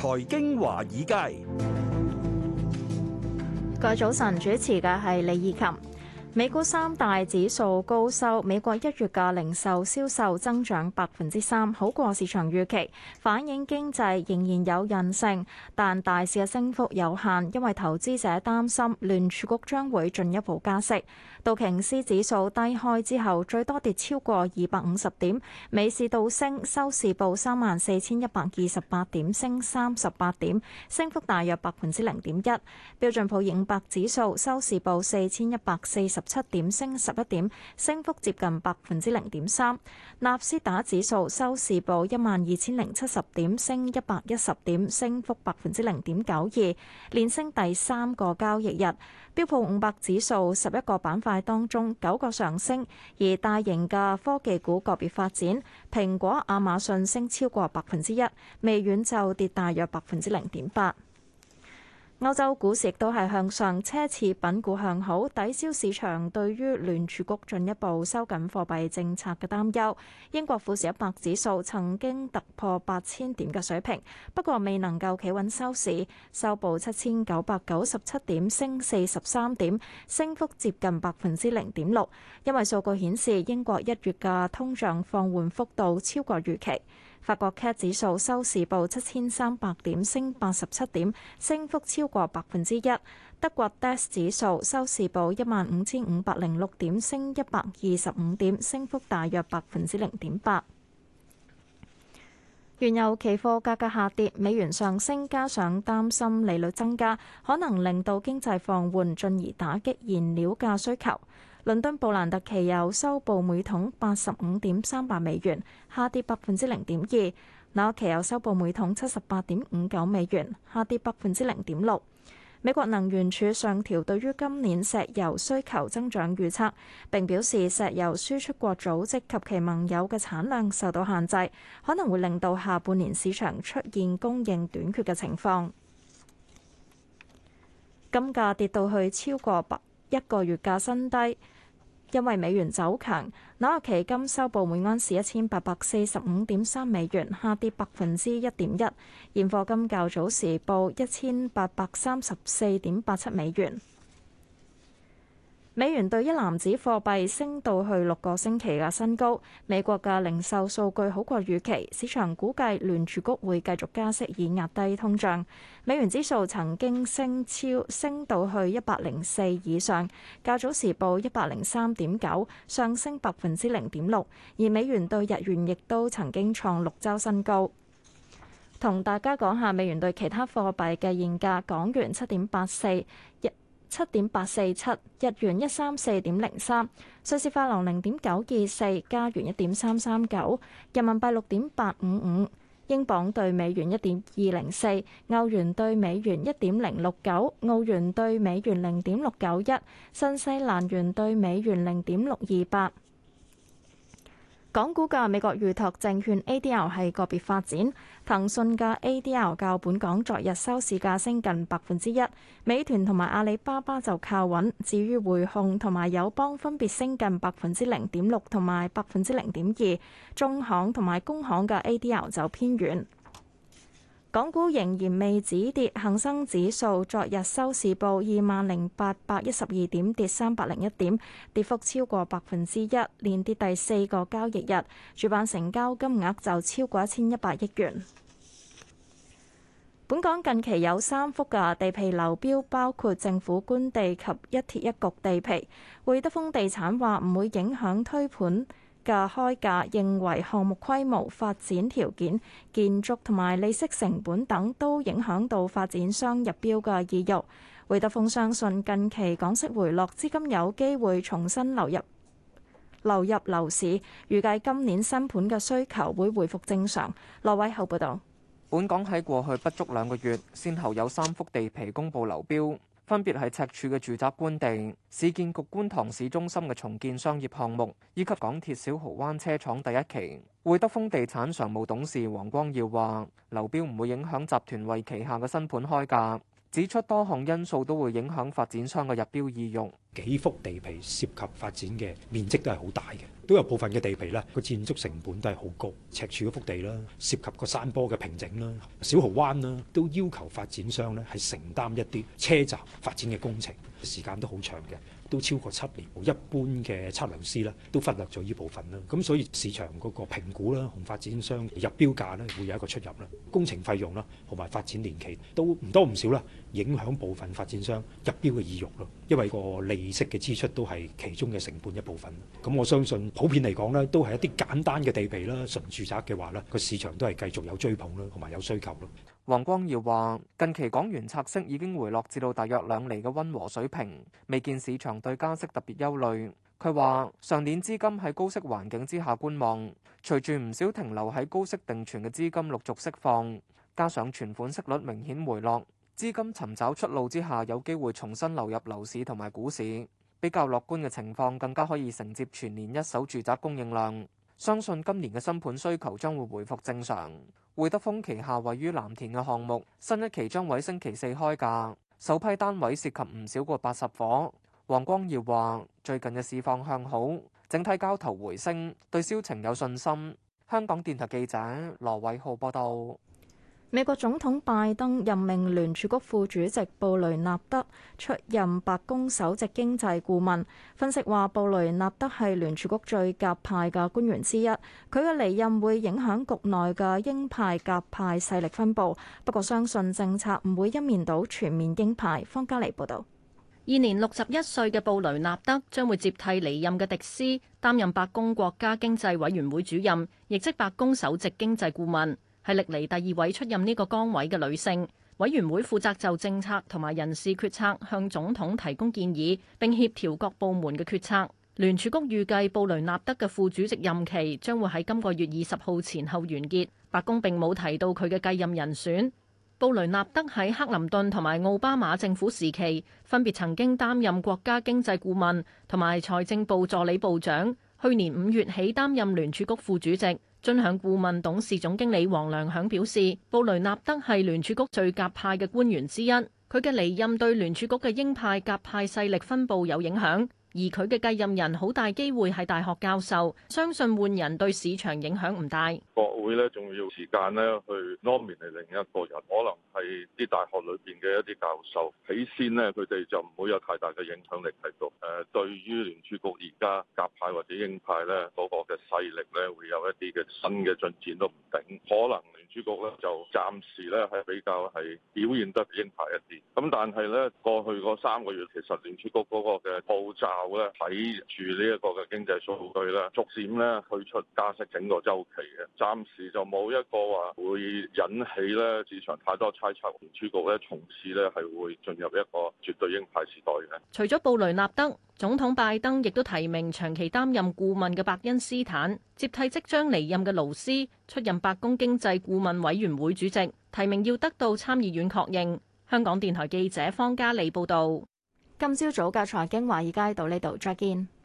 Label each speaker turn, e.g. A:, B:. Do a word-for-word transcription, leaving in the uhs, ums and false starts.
A: 財經華爾街，
B: 各位早晨，主持嘅係李義琴。美股三大指數高收，美國一月嘅零售銷售增長百分之三，好過市場預期，反映經濟仍然有韌性，但大市嘅升幅有限，因為投資者擔心聯儲局將會進一步加息。道瓊斯指數低開之後，最多跌超過二百五十點，美市倒升，收市報三萬四千一百二十八點，升三十八點，升幅大約百分之零點一。標準普爾五百指數收市報四千一百四十七點，升十一點，升幅接近百分之零點三。納斯達克指數收市報一萬二千零七十點，升一百一十點，升幅百分之零點九二，連升第三個交易日。標普五百指數十一個板塊當中九個上升，而大型嘅科技股個別發展，蘋果、亞馬遜升超過百分之一，微軟就跌大約百分之零點八。歐洲股市亦都係向上，奢侈品股向好，抵消市場對於聯儲局進一步收緊貨幣政策嘅擔憂。英國富時一百指數曾經突破八千點嘅水平，不過未能夠企穩收市，收報七千九百九十七點，升四十三點，升幅接近百分之零點六。因為數據顯示英國一月嘅通脹放緩幅度超過預期。法國 C A C 指數收市報七千三百點，升八十七點，升幅超過百分之一。德國 D A X 指數收市報一萬五千五百零六點，升一百二十五點，升幅大約百分之零點八。原油期貨價格下跌，美元上升，加上擔心利率增加，可能令到經濟放緩，進而打擊燃料價需求。倫敦布蘭特期油收報每桶八十五點三百美元，下跌百分之零點二；紐約期油收報每桶七十八點五九美元，下跌百分之零點六。美國能源署上調對於今年石油需求增長預測，並表示石油輸出國組織及其盟友嘅產量受到限制，可能會令到下半年市場出現供應短缺嘅情況。金價跌到去超過百一個月嘅新低。因為美元走強，紐約期金收報每安士一千八百四十五點三美元，下跌百分之一點一。現貨金較早時報一千八百三十四點八七美元。美元對一籃子貨幣升到去六個星期嘅新高。美國嘅零售數據好過預期，市場估計聯儲局會繼續加息以壓低通脹。美元指數曾經升超升到去一百零四以上，較早時報一百零三點九，上升百分之零點六。而美元對日元亦都曾經創六週新高。同大家講下美元對其他貨幣嘅現價：港元七點八四，一七點八四七，日元一三四點零三，瑞士法郎零點九二四，加元一點三三九，人民幣六點八五五，英鎊對美元一點二零四，歐元對美元一點零六九，澳元對美元零點六九一，新西蘭元對美元零點六二八。港股嘅美國預託證券 A D R 係個別發展，騰訊嘅 A D R 較本港昨日收市價升近百分之一，美團同埋阿里巴巴就靠穩，至於匯控同埋友邦分別升近百分之零點六同埋百分之零點二，中行同埋工行嘅 A D R 就偏軟。港股仍然未止跌，恒生指數昨日收市報二萬零八百一十二點，跌三百零一點，跌幅超過百分之一，連跌第四個交易日。主板成交金額就超過一千一百億元。本港近期有三幅嘅地皮流標，包括政府官地及一鐵一局地皮。會德豐地產話唔會影響推盤嘅開價，認為項目規模、發展條件、建築同埋利息成本等都影響到發展商入標嘅意欲。會德豐相信近期港息回落，資金有機會重新流入流入樓市，預計今年新盤嘅需求會回復正常。羅偉浩報導。
C: 本港喺過去不足兩個月，先後有三幅地皮公佈流標。分別係赤柱嘅住宅官地、市建局觀塘市中心嘅重建商業項目，以及港鐵小蠔灣車廠第一期。會德豐地產常務董事黃光耀話：流標唔會影響集團為旗下嘅新盤開價， 指出多項因素都會影響發展商嘅入標意欲。
A: 幾幅地皮涉及發展嘅面積都係好大嘅，都有部分嘅地皮啦，個建築成本都係好高。赤柱嗰幅地啦，涉及個山坡嘅平整啦，小蠔灣啦，都要求發展商咧係承擔一啲車站發展嘅工程，時間都好長嘅，都超過七年。一般嘅測量師啦，都忽略咗呢部分啦。咁所以市場嗰個評估啦，同發展商入標價咧會有一個出入啦。工程費用啦，同埋發展年期都唔多唔少啦，影響部分發展商入標嘅意欲咯。因為個利息嘅支出都係其中嘅成本一部分。咁我相信普遍嚟講咧，都係一啲簡單嘅地皮啦，純住宅嘅話咧，個市場都係繼續有追捧啦，同埋有需求咯。
C: 黃光耀話：近期港元拆息已經回落至到大約兩厘嘅溫和水平，未見市場對加息特別憂慮。佢話上年資金喺高息環境之下觀望，隨住唔少停留喺高息定存嘅資金陸續釋放，加上存款息率明顯回落，資金尋找出路之下，有機會重新流入樓市同埋股市。比較樂觀嘅情況更加可以承接全年一手住宅供應量，相信今年嘅新盤需求將會回復正常。會德豐旗下位於藍田嘅項目，新一期將喺星期四開價，首批單位涉及唔少過八十伙。黃光耀話：最近嘅市況向好，整體交投回升，對銷情有信心。香港電台記者羅偉浩報道。
B: 美國總統拜登任命聯儲局副主席布雷納德出任白宮首席經濟顧問。分析話，布雷納德係聯儲局最鴿派嘅官員之一，佢嘅離任會影響局內嘅鷹派鴿派勢力分佈。不過，相信政策唔會一面倒全面鷹派。方嘉莉報導。
D: 現年六十一歲嘅布雷納德將會接替離任嘅迪斯，擔任白宮國家經濟委員會主任，亦即白宮首席經濟顧問。係歷嚟第二位出任呢個崗位嘅女性。委員會負責就政策同埋人事決策向總統提供建議，並協調各部門嘅決策。聯儲局預計布雷納德嘅副主席任期將會喺今個月二十號前後完結。白宮並冇提到佢嘅繼任人選。布雷納德喺克林頓同埋奧巴馬政府時期，分別曾經擔任國家經濟顧問同埋財政部助理部長。去年五月起擔任聯儲局副主席。尊享顧問董事總經理黃良響表示，布雷納德係聯儲局最鴿派嘅官員之一，佢嘅離任對聯儲局嘅鷹派鴿派勢力分佈有影響。而佢嘅繼任人好大機會係大學教授，相信換人對市場影響唔大。
E: 國會咧仲要時間咧去 nominate 另一個人，可能係啲大學裏邊嘅一啲教授。起先呢，佢哋就唔會有太大嘅影響力喺度。誒，對於聯儲局而家鴿派或者鷹派咧嗰個嘅勢力咧，會有一啲嘅新嘅進展都唔定。可能聯儲局咧就暫時咧係比較係表現得鷹派一啲。咁但係咧過去嗰三個月，其實聯儲局嗰個嘅步驟咧睇住呢一個嘅經濟數據咧，逐漸咧退出加息整個週期嘅。暫時就冇一個話會引起咧市場太多猜測，聯儲局咧從此咧係會進入一個絕對鷹派時代嘅。
D: 除咗布雷納德，總統拜登亦都提名長期擔任顧問嘅伯恩斯坦接替即將離任嘅勞斯出任白宮經濟顧問委員會主席，提名要得到參議院確認。香港電台記者方嘉莉報道。
B: 今朝早嘅財經華爾街到呢度，再見。